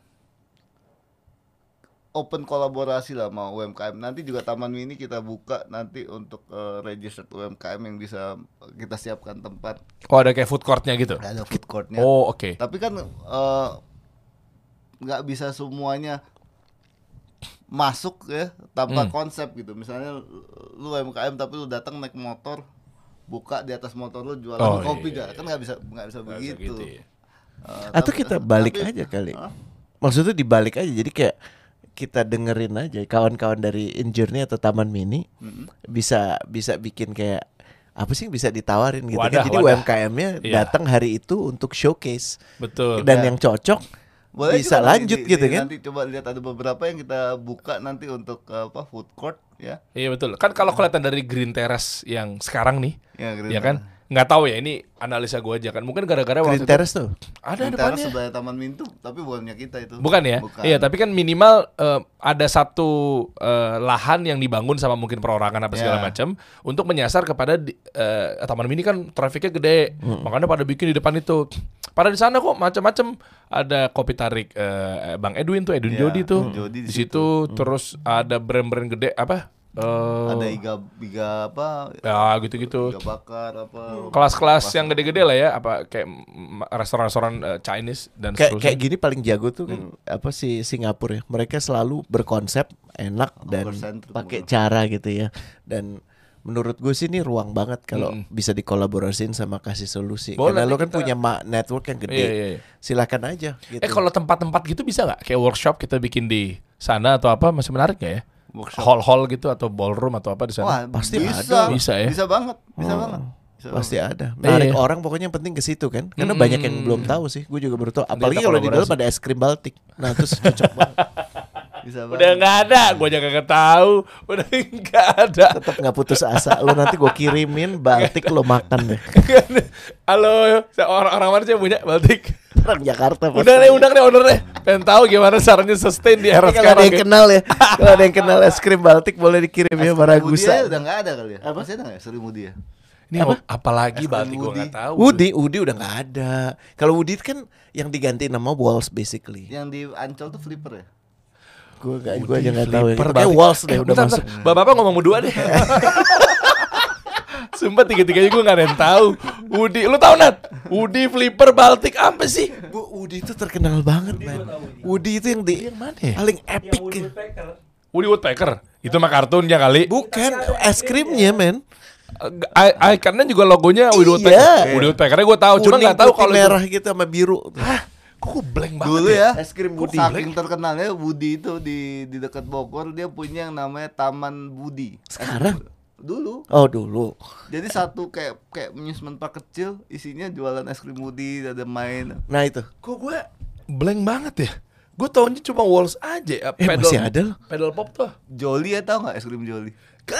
open kolaborasi lah sama UMKM. Nanti juga Taman Mini kita buka nanti untuk registered UMKM yang bisa kita siapkan tempat. Oh ada kayak food courtnya gitu? Ada food courtnya. Oh oke. Tapi kan nggak bisa semuanya masuk ya tanpa konsep gitu. Misalnya lu UMKM tapi lu datang naik motor, buka di atas motor lu jualan kopi kan nggak bisa begitu. Gitu ya. Atau kita balik aja kali. Maksudnya dibalik aja. Jadi kayak kita dengerin aja kawan-kawan dari Injourney atau Taman Mini bisa bikin kayak apa sih yang bisa ditawarin gitu kan. Jadi UMKM-nya datang hari itu untuk showcase. Betul. Dan yang cocok boleh bisa lanjut gitu kan. Nanti coba lihat ada beberapa yang kita buka nanti untuk food court ya. Iya betul. Kan kalau kelihatan dari Green Terrace yang sekarang nih, ya kan? Nggak tahu ya, ini analisa gue aja kan. Mungkin gara-gara Green Terrace tuh ada Green depannya. Terrace sebelah Taman Mini tuh, tapi bukannya kita itu. Bukan ya? Bukan. Iya, tapi kan minimal ada satu lahan yang dibangun sama mungkin perorangan apa segala macam untuk menyasar kepada Taman Mini kan trafiknya gede. Makanya pada bikin di depan itu. Pada di sana kok macam-macam, ada kopi tarik Bang Edwin Jody tuh. Jody di situ terus ada brand-brand gede apa? Ada iga apa? Ya gitu-gitu. Iga bakar apa? Kelas-kelas yang gede-gede lah ya, apa kayak restoran-restoran Chinese dan kayak gini paling jago tuh kan apa sih Singapura ya. Mereka selalu berkonsep enak dan pakai cara gitu ya. Dan menurut gue sih ini ruang banget kalau bisa dikolaborasiin sama Kasih Solusi. Boleh, karena lo kan punya network yang gede. Iya. Silakan aja gitu. Kalau tempat-tempat gitu bisa nggak? Kayak workshop kita bikin di sana atau apa, masih menarik nggak ya? Hall gitu atau ballroom atau apa di sana? Wah, pasti bisa. ada. Bisa ya? Bisa banget. Bisa banget. Pasti ada. Menarik orang pokoknya yang penting ke situ kan. Karena banyak yang belum tahu sih. Gue juga baru tahu. Apalagi kalau di dalam ada es krim Baltik. Nah, terus cocok banget. Bisa Udah banget. nggak ada, gue aja kagak tahu. Udah nggak ada. Tetap nggak putus asa. Lo nanti gue kirimin Baltik lo makan deh. Halo, orang mana sih yang punya Baltik? Orang Jakarta. Udah deh, undang deh ownernya. Pengen tahu gimana caranya sustain di era Kalau ada sekarang. yang kenal ya, kalau ada yang kenal es krim Baltik boleh dikirim ya Maragusa. Udah nggak ada kali ya? Apa sih nggak ya? Seri Mudi ya? Ini apalagi Baltik gue nggak tahu. Woody udah nggak ada. Kalau Woody kan yang diganti nama Walls basically. Yang di Ancol tuh Flipper ya? Gue aja nggak tahu ya. Flipper Kayak Baltik. Walls deh udah Bentar, masuk. Bapak ngomong berdua deh. Sumpah tiga-tiganya gue gak ada yang tahu. Woody, lu tahu Nat? Woody, Flipper, Baltik apa sih? Woody itu terkenal banget man. Woody itu yang mana ya? paling epic. Woody Woodpecker. Itu mah kartunnya kali. Bukan es krimnya men. Ikonnya juga logonya Woody Woodpecker. Iya. Woody Woodpeckernya gue tahu, cuma nggak tahu kalau merah gitu sama biru. Hah? Kok blank banget Dulu ya, Es krim Woody. saking terkenalnya Woody itu di dekat Bogor dia punya yang namanya Taman Woody. Sekarang? Dulu. Oh dulu. Jadi satu kayak amusement park kecil, isinya jualan es krim Woody, ada main. Nah itu. Kok gue blank banget ya? Gue taunya cuma Walls aja. Masih ada loh. Pedal pop tuh. Jolly ya, tahu nggak es krim Jolly?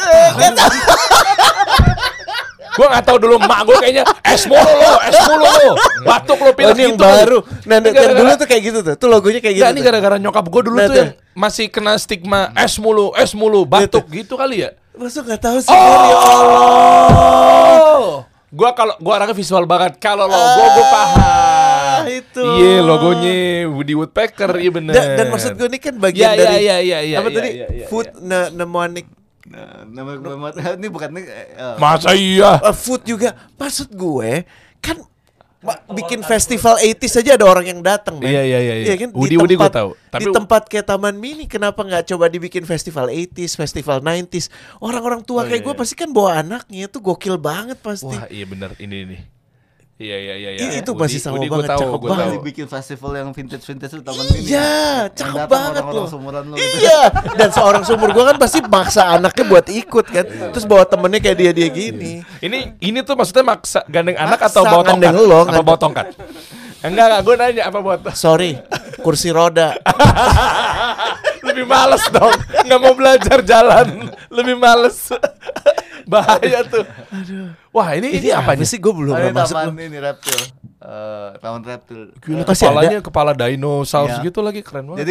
Gue nggak tahu dulu, mak gue kayaknya es mulu lo, batuk lo, pilek Oh, ini yang gitu. baru. Nah, Ini yang dulu tuh kayak gitu tuh. Tuh logonya kayak gitu. Nggak, ini gara-gara nyokap gue dulu Nah, tuh tuh. yang masih kena stigma es mulu, batuk gitu kali ya. Masa nggak tahu sih? Ya Oh, gua orangnya visual banget. Kalau logo gue paham. Itu. Iya, logonya Woody Woodpecker, iya bener. Dan maksud gue ini kan bagian Iya, dari iya, apa iya, tadi? iya, iya, Food mnemonic. Nah, nama ini bukan Masa iya? Food juga. Maksud gue kan bikin festival 80s aja ada orang yang datang, man. Iya. kan? Woody Di gue tempat- tahu. Di tempat kayak Taman Mini kenapa nggak coba dibikin festival 80s, festival 90s? Orang-orang tua kayak gue pasti kan bawa anaknya tuh gokil banget pasti. Wah, iya bener ini. Iya. Itu masih sama Woody banget, gua tahu, cakep gua banget. tahu. dibikin festival yang vintage itu Taman Mini. Iya, Yang cakep datang banget orang-orang loh. seumuran lu gitu. Iya, dan seorang seumur gue kan pasti maksa anaknya buat ikut kan. Terus bawa temennya kayak dia gini. Ini tuh maksudnya maksa gandeng anak Maksa atau bawa tongkat? ngandeng lo, Apa bawa tongkat? Enggak, gue nanya apa buat Sorry, kursi roda. lebih males dong, nggak mau belajar jalan, lebih males. Bahaya tuh. Wah, ini apa nih? sih? Gue belum Ada pernah masuk. taman ini reptil. Taman reptil. Gila, Masih kepalanya kepala dinosaurus Iya. gitu lagi, keren banget. Jadi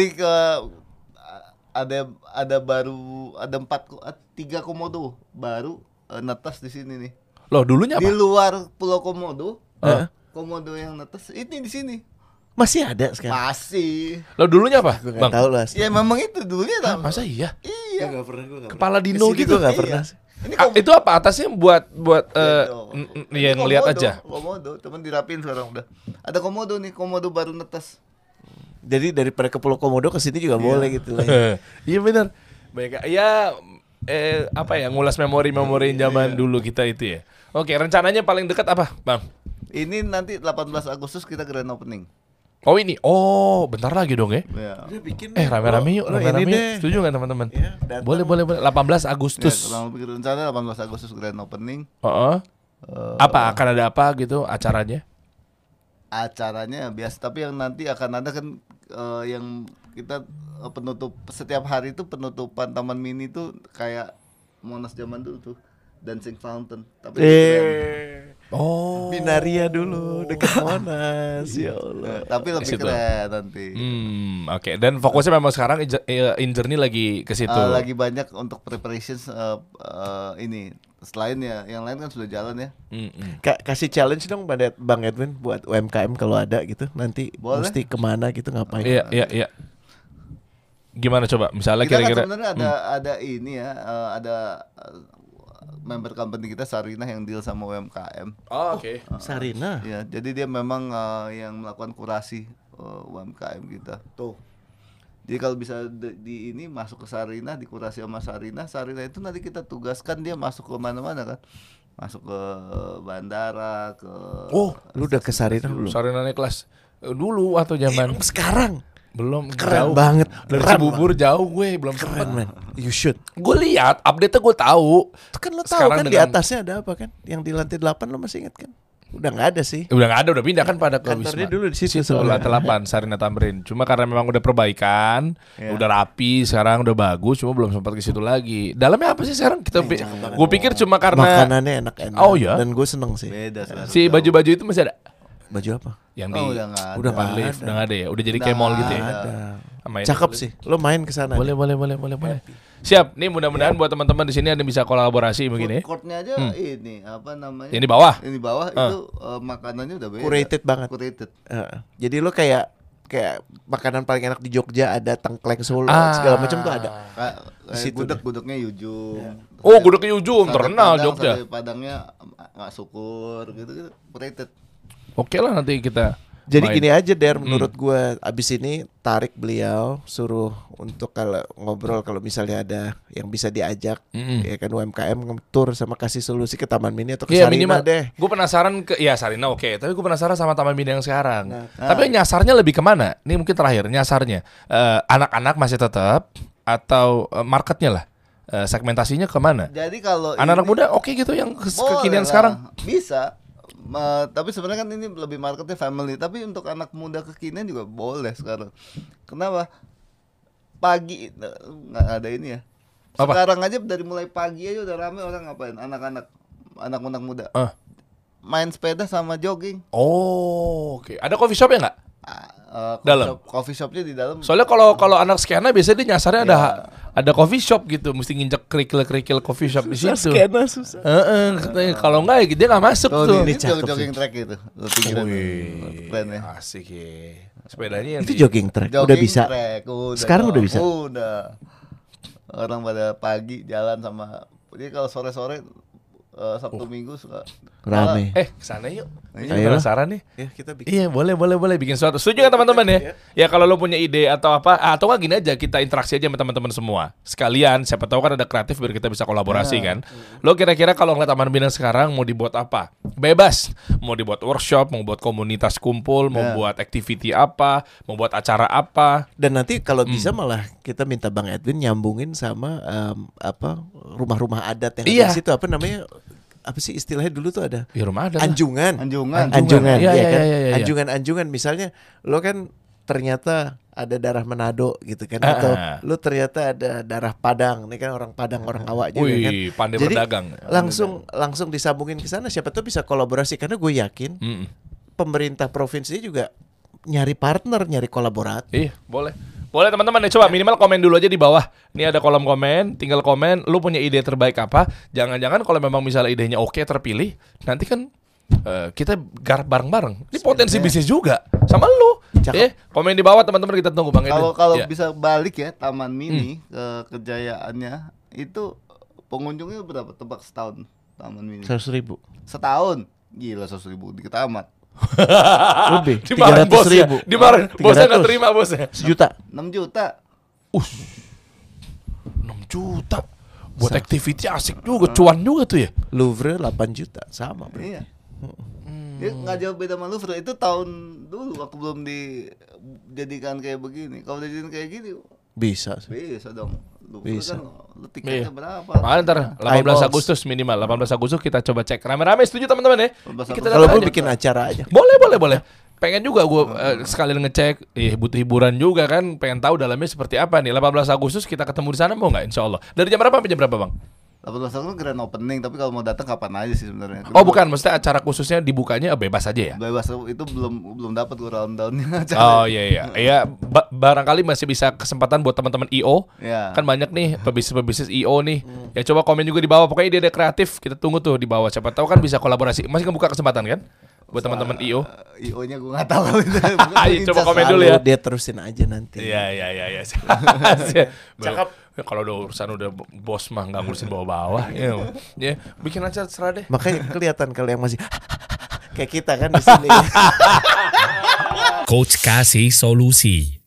ada baru ada 3 komodo baru netas di sini nih. Loh, dulunya Di apa? luar Pulau Komodo, Hah? komodo yang netas ini di sini. Masih ada sekarang. Masih. Loh, dulunya apa? Gue Bang. nggak tahu lah. Ya memang itu dulunya Ah, tak. masa iya? Iya. Nggak pernah gue. Kepala dino gitu. Gue nggak Iya. pernah. Ini Itu apa atasnya buat Ini ya ngelihat komodo, aja. Komodo, teman dirapiin sekarang udah. Ada komodo nih, komodo baru netas. Jadi daripada ke Pulau Komodo ke sini juga boleh gitu lah. Iya benar. Baik, ya apa ya, ngulas memori-memori zaman dulu kita itu ya. Oke, rencananya paling dekat apa, Bang? Ini nanti 18 Agustus kita grand opening. Oh ini, bentar lagi dong ya. Ya. Udah bikin Rame-rame yuk, rame-rame ini yuk. deh. Setuju nggak teman-teman? Ya, datang. Boleh. 18 Ya, Agustus. kurang lebih rencana 18 Agustus grand opening. Heeh. Apa akan ada apa gitu acaranya? Acaranya biasa, tapi yang nanti akan ada kan yang kita penutup setiap hari itu penutupan Taman Mini tuh kayak Monas zaman dulu tuh, Dancing Fountain. Tapi Oh. Binaria dulu dekat Monas. Ya Allah. tapi lebih Situ. keren nanti. Oke. Dan fokusnya memang sekarang In Journey lagi ke situ. Lagi banyak untuk preparations ini. Selain ya, yang lain kan sudah jalan ya. Kasih challenge dong pada Bang Edwin buat UMKM kalau ada gitu. Nanti Boleh. mesti kemana gitu ngapain. Iya. Gimana coba? Misalnya Kita kan kira-kira. sebenarnya ada ini ya, ada member company kita Sarina yang deal sama UMKM. Oh, oke. Sarina. Ya, jadi dia memang yang melakukan kurasi UMKM kita. Tuh. Jadi kalau bisa di ini masuk ke Sarina, dikurasi sama Sarina itu nanti kita tugaskan dia masuk ke mana-mana kan. Masuk ke bandara, ke Oh, lu udah ke Sarina belum? Sarina naik kelas dulu atau zaman Sekarang belum keren jauh. banget. Dari Keren, Cibubur jauh gue belum sempet. Keren man. You should. Gue lihat update-nya gue tahu. Itu kan lo tahu Sekarang kan di dengan- atasnya ada apa kan? Yang di lantai 8 lo masih ingat kan? Udah nggak ada sih. Udah nggak ada, udah pindah kan pada ke Kantornya Wisma. dulu di situ Situ soalnya. lantai 8 Sarina Tamrin. Cuma karena memang udah perbaikan, udah rapi, sekarang udah bagus, cuma belum sempat ke situ lagi. Dalamnya apa sih sekarang? Gue pikir cuma karena Makanannya enak-enak. Oh, iya? Dan gue seneng sih. beda sekarang. si baju-baju itu masih ada. Baju apa? Yang Oh, udah nggak ada. Udah depan nggak lift, ada. udah nggak ada ya. Udah jadi Udah kayak mall gitu ya. nggak Ada. Main Cakep dulu. sih. Lo main ke sana. Boleh. Siap. Nih mudah-mudahan buat teman-teman di sini ada bisa kolaborasi begini. Food courtnya aja ini apa namanya? Yang di bawah. Ini di bawah itu makanannya udah beda. Curated banget. Curated. Jadi lo kayak makanan paling enak di Jogja ada tengkleng Solo segala macam tuh ada. Di situ Gudeg-gudegnya Yujum. Oh, gudeg Yujum Sate terkenal Padang, Jogja. Sate Padangnya nggak syukur gitu. Curated. Oke lah nanti kita. Jadi main. gini aja Der, menurut gue abis ini tarik beliau suruh untuk kalau ngobrol kalau misalnya ada yang bisa diajak ya kan UMKM tour sama kasih solusi ke Taman Mini atau ke Iya Sarina minimal deh. gue penasaran ke ya Sarina oke. Tapi gue penasaran sama Taman Mini yang sekarang. Tapi nyasarnya lebih kemana? Ini mungkin terakhir nyasarnya anak-anak masih tetap atau marketnya lah segmentasinya kemana? Jadi kalau Anak-anak ini- muda oke gitu yang Boleh kekinian lah, sekarang. bisa. Tapi sebenarnya kan ini lebih marketnya family. Tapi untuk anak muda kekinian juga boleh sekarang. Kenapa? Pagi nggak ada ini ya. Apa? Sekarang aja dari mulai pagi aja udah rame orang ngapain? Anak-anak muda. Main sepeda sama jogging. Oh oke. Ada coffee shop ya nggak? Dalam? Coffee shopnya di dalam. Soalnya kalau anak skena biasanya dia nyasarnya ada coffee shop gitu, mesti nginjek kerikil coffee shop di situ. Skena susah. Katanya kalau enggak ya dia nggak masuk Oh, tuh. ini cakep jogging track itu. Lu pikirin. Keren ya. Asik ya. Sepedanya yang Itu jogging track udah Jogging bisa. track, udah Sekarang dong. udah bisa? Udah. Orang pada pagi jalan sama. Jadi kalau sore-sore Sabtu Minggu suka Rame. kesana yuk. Ayo. Ini penasaran nih. Ya kita bikin. Iya boleh bikin suatu. Setuju nggak teman-teman ya? Ya kalau lo punya ide atau apa, atau nggak gini aja kita interaksi aja sama teman-teman semua. Sekalian, siapa tahu kan ada kreatif biar kita bisa kolaborasi kan. Lo kira-kira kalau ngeliat Taman Minang sekarang mau dibuat apa? Bebas. Mau dibuat workshop, mau buat komunitas kumpul, mau buat activity apa, mau buat acara apa. Dan nanti kalau bisa malah kita minta Bang Edwin nyambungin sama rumah-rumah adat yang Iya. ada di situ apa namanya? Apa sih istilahnya dulu tuh ada? Ya rumah ada. lah. Anjungan. Anjungan. Anjungan, Iya, ya iya, kan? iya, iya. Anjungan misalnya lo kan ternyata ada darah Manado gitu kan, atau lu ternyata ada darah Padang, ini kan orang Padang, orang Awak juga kan. Wih, pandai Jadi berdagang. langsung disambungin ke sana, siapa tuh bisa kolaborasi, karena gue yakin pemerintah provinsi juga nyari partner, nyari kolaborator. Iya, boleh. Boleh teman-teman nih, coba minimal komen dulu aja di bawah. Ini ada kolom komen, tinggal komen lu punya ide terbaik apa. Jangan-jangan kalau memang misalnya idenya oke, terpilih, nanti kan kita garap bareng-bareng. Ini potensi bisnis juga sama lu. Komen di bawah teman-teman, kita tunggu Bang Edwin. Kalau Ya. bisa balik ya Taman Mini ke kejayaannya itu pengunjungnya berapa? Tebak setahun Taman Mini. 100.000 Setahun. Gila 100.000 dikit amat. lebih, Dimarahin 300.000. bosnya. Dimarahin bosnya nggak 300. terima bosnya. 1 juta. 6 juta. 6 juta. Buat activity asik juga, cuan juga tuh ya. Louvre 8 juta, sama bro. Iya. Dia nggak jauh beda sama Louvre. Itu tahun dulu waktu belum dijadikan kayak begini. Kalau dijadikan kayak gini Bisa sih. bisa dong. Louvre Bisa. kan lu tiketnya Iya. berapa? Makanya ntar 18 Eyeballs. Agustus minimal. 18 Agustus kita coba cek. Rame-rame setuju teman-teman ya? 18 Kita Kalau datang gue aja. bikin acara aja. Boleh. Pengen juga gue sekalian ngecek, butuh hiburan juga kan, pengen tahu dalamnya seperti apa nih. 18 Agustus kita ketemu di sana, mau nggak? Insya Allah. Dari jam berapa sampai jam berapa Bang? 18 tahun grand opening, tapi kalau mau datang kapan aja sih sebenarnya. Oh bukan, maksudnya acara khususnya dibukanya bebas aja ya? Bebas, itu belum dapat gue round-downnya. Oh iya. Iya, barangkali masih bisa kesempatan buat teman-teman IO. Ya. Kan banyak nih pebisnis IO nih. Ya coba komen juga di bawah. Pokoknya ide-ide kreatif kita tunggu tuh di bawah. Siapa tahu kan bisa kolaborasi. Masih ngebuka kesempatan kan? Buat teman-teman IO. IO-nya gue nggak tahu kalau itu. Ayo coba komen dulu ya. Lalu dia terusin aja nanti. Iya. Cakep. Ya, kalau udah urusan udah bos mah nggak ngurusin bawah-bawah. Ya, bikin aja serah deh. Makanya kelihatan kalau yang masih kayak kita kan di sini. Coach kasih solusi.